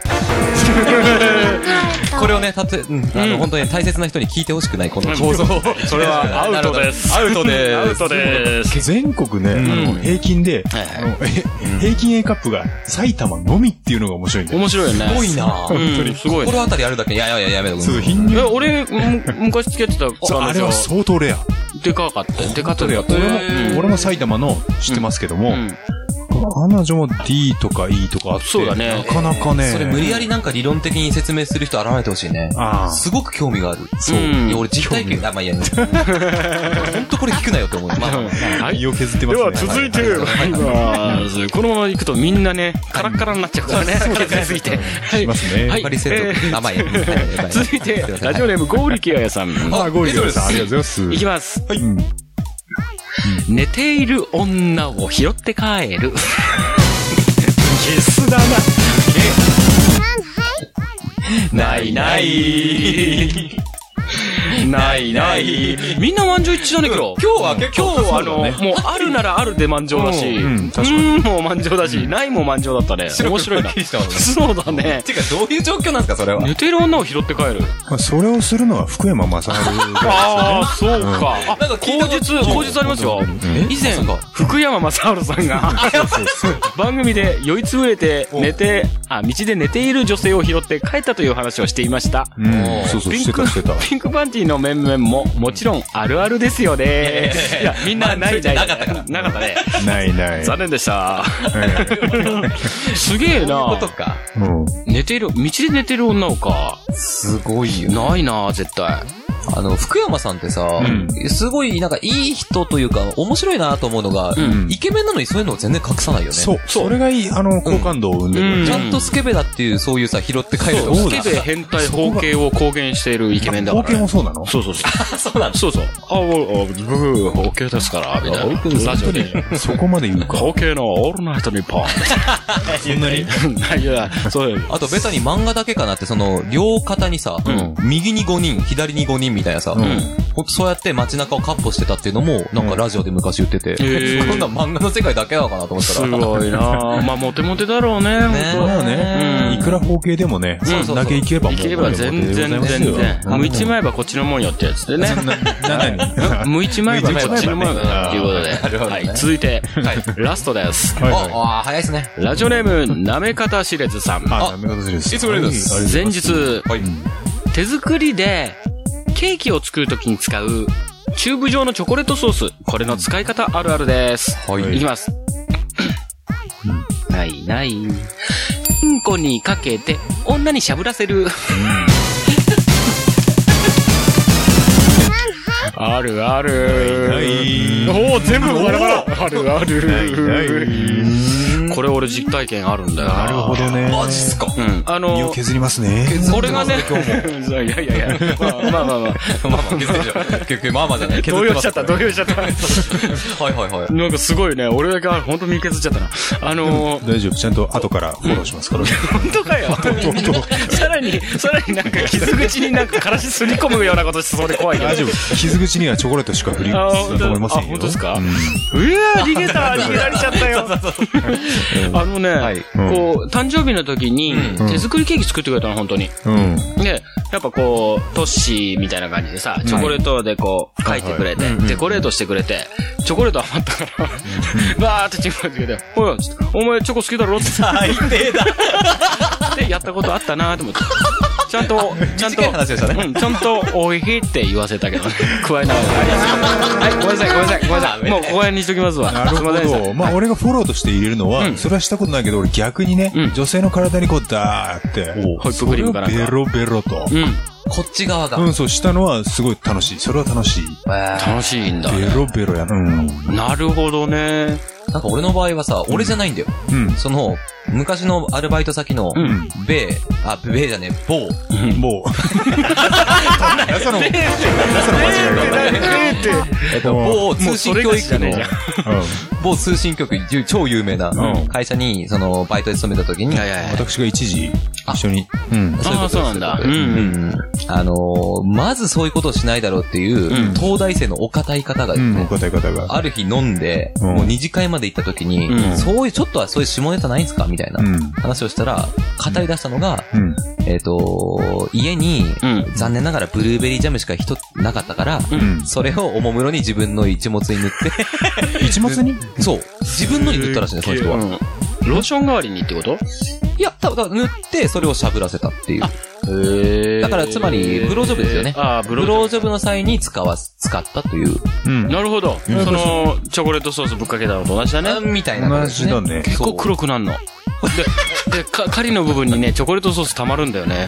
これをね、本当に大切な人に聞いてほしくない、この放送。 それはアウトです。 アウトです。全国ね、平均で、平均 A カップが埼玉のみっていうのが面白いんだよ。 面白いよね。 すごいな本当にすごい。 心当たりあるだけ、やめろ。 そう、貧乳。 俺、昔付き合ってたあれは相当レア。 でかかった。でかった。 俺も埼玉の知ってますけども、彼女も D とか E とかあって、 そうだね。 なかなかね。 それ無理やりなんか理論的に説明する人現れてほしいね。すごく興味がある。そう。いや、俺実体験、まあいいや。本当これ聞くなよって思う。 胃を削ってますね。 では続いて参ります。このまま行くとみんなね、カラッカラになっちゃうからね。削りすぎて。 しますね。 はい。続いて、ラジオネームゴーリキアヤさん。 ゴーリキアヤさん、ありがとうございます。 いきます。はい。寝ている女を拾って帰る。ゲスだな。ないない。ないない。みんな満場一致だね、今日。今日は結構、もうあるならあるで満場だし、もう満場だし、ないも満場だったね。面白いな。そうだね。 てか、どういう状況なんですか、それは。 寝てる女を拾って帰る。 それをするのは福山雅治。 ああ、そうか。なんか口実ありますよ。以前、福山雅治さんが、番組で酔いつぶれて寝て、道で寝ている女性を拾って帰ったという話をしていました。 そうそう、してた。 ピンクパンティの面々ももちろんあるあるですよね。いや、みんなない。なかったね。 ない。 残念でした。すげえな。 そういうことか。 寝てる、道で寝てる女をか。 すごいよ。 ないな、絶対。 福山さんってさ、すごい、なんかいい人というか、面白いなと思うのが、イケメンなのにそういうのを全然隠さないよね。 そう。それがいい、好感度を生んでる。 ちゃんとスケベだっていう、そういうさ、拾って帰るとスケベ変態包茎を公言しているイケメンだから。 包茎もそうなの？ そう。 そうなの？ そう。僕、包茎ですから、みたいな。ラジオで。 そこまで言うか。 包茎のオールナイトニッポン。 そんなに？ いや、そう。 あと、ベタに漫画だけかなって、両肩にさ、右に5人、左に5人みたいなさ、ほんとそうやって街中をカッポしてたっていうのも、なんかラジオで昔言ってて、そんな漫画の世界だけなのかなと思ったら。 すごいなぁ。まあ、モテモテだろうね。 ね。いくら包茎でもね、そんだけいけばもう。 いければ全然。向いちまえばこっちのもんよってやつでね。向いちまえばこっちのもんよっていうことで。はい。続いて、ラストです。 早いですね。 ラジオネーム、なめかたしれずさん。 なめかたしれず。 いつもありがとうございます。 前日、手作りで、ケーキを作るときに使うチューブ状のチョコレートソース。これの使い方あるあるです。はい。いきます。ないない。うんこにかけて、女にしゃぶらせる。あるある。おお、全部バラバラ。あるある。これ俺実体験あるんだよ。 なるほどね。 マジっすか。 うん。身を削りますね。 俺がね、いやいやいや、まあ削るじゃん。結局まあじゃない。 動揺しちゃった。はいはい。 なんかすごいね、俺だけ本当身削っちゃったな。 大丈夫。ちゃんと後からフォローしますから。 本当かよ。さらになんか傷口になんかからしすり込むようなことしてそれ怖いけど。 大丈夫。傷口にはチョコレートしか振りだと思いませんよ。 本当ですか？うわ逃げられちゃったよ。こう、誕生日の時に、手作りケーキ作ってくれたの、本当に。で、やっぱこう、トッシーみたいな感じでさ、チョコレートでこう、書いてくれて、デコレートしてくれて、チョコレート余ったから、バーってチンコしてくれて、お前チョコ好きだろって。 最低だ。 で、やったことあったなーって思って。ちゃんと、ちゃんと、おいしいって言わせたけどね。加えながら。はい、ごめんなさい。もう、ここにしときますわ。 なるほど。まあ、俺がフォローとして入れるのは、それはしたことないけど、俺逆にね、女性の体にこう、ダーって、 ホイップクリームかなんか。 ベロベロと。 こっち側が。 そう、したのはすごい楽しい。それは楽しい。 楽しいんだ。 ベロベロやな。 なるほどね。 なんか俺の場合はさ、俺じゃないんだよ。その、昔のアルバイト先の、ベーじゃねえ、某。 その間違いが。 某通信教育の、某通信教育、超有名な会社に、その、バイトで勤めた時に、 私が一時、一緒に。 そうなんだ。 まずそういうことをしないだろうっていう、東大生のお堅い方がですね、ある日飲んで、もう二次会まで行った時に、そういう、ちょっとはそういう下ネタないんすかみたいな話をしたら、語り出したのが、家に、残念ながらブルーベリージャムしかなかったから、それをおもむろに自分の一物に塗って。 一物に？ そう。自分のに塗ったらしいね、その人は。 ローション代わりにってこと？ いや、多分塗ってそれをしゃぶらせたっていう。だからつまり、ブロージョブですよね。ブロージョブの際に使ったという。 なるほど。その、チョコレートソースぶっかけたのと同じだね。 みたいな。 同じだね。 結構黒くなんの。で、狩りの部分にね、チョコレートソース溜まるんだよね。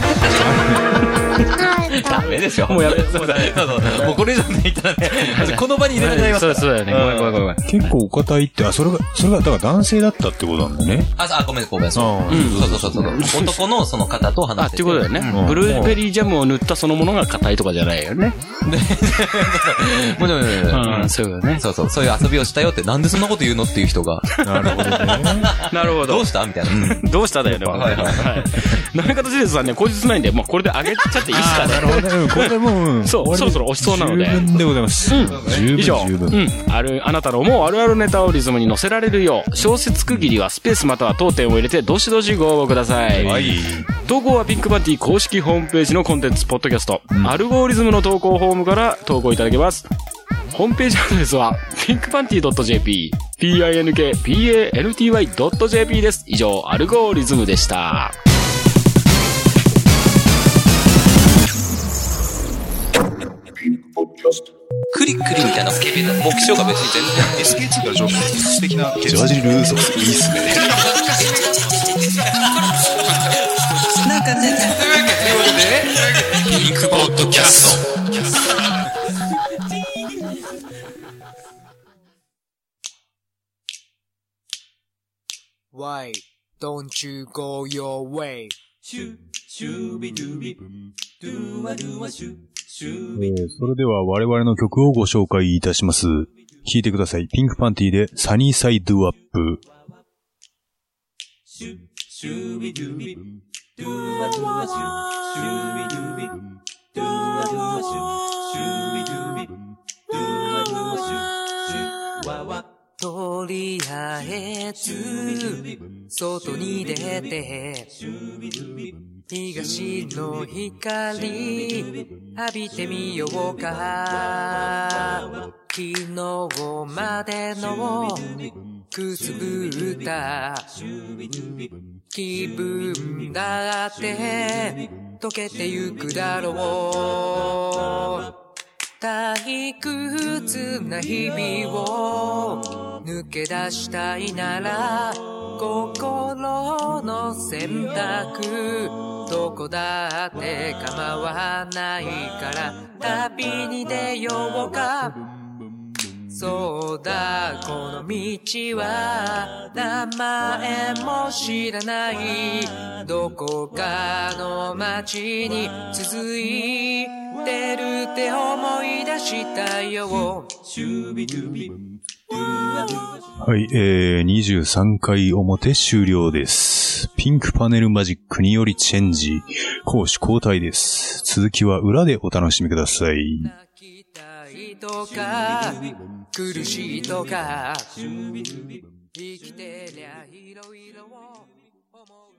ダメでしょ。 もうやめ、 そうだね。もうこれ以上ね、言ったらね、この場に入れられないわ。 そうだよね。ごめん。 結構お堅いって、それが、だから男性だったってことなんだね。 ごめん。そう。男のその方と話してて。 ってことだよね。ブルーベリージャムを塗ったそのものが硬いとかじゃないよね。 もちろん。 そうだね。 そういう遊びをしたよって、なんでそんなこと言うのっていう人が。 なるほどね。 なるほど。 どうしたみたいな。 どうしただよね。はい。なめ方ジェイさんね、口実ないんで、もうこれであげちゃっていいっすかね。 なるほどね。これでもう、 そろそろ押しそうなので。 十分でございます。 以上。あなたの思うあるあるネタをリズムに乗せられるよう、小説区切りはスペースまたは当店を入れて、どしどしご応募ください。投稿はピンクパンティ公式ホームページのコンテンツ、ポッドキャスト、アルゴリズムの投稿フォームから投稿いただけます。ホームページアドレスは、pinkpanty.jp、pinkpanty.jp です。以上、アルゴリズムでした。 クリクリみたいな目標が別に全然 SK2 が素敵なジャージルーソースいいっすね。 なんかね、というわけでピンクポッドキャスト。 Why don't you go your way? それでは我々の曲をご紹介いたします。聴いてください。ピンクパンティでサニーサイドアップ。 とりあえず外に出て東の光浴びてみようか。昨日までのくすぶった気分だって溶けてゆくだろう。 退屈な日々を抜け出したいなら心の選択どこだって構わないから旅に出ようかそうだこの道は名前も知らないどこかの街に続いてるって思い出したよはい、23回表終了です。ピンクパネルマジックによりチェンジ。攻守交代です。続きは裏でお楽しみください。 泣きたいとか苦しいとか生きてりゃいろいろ思う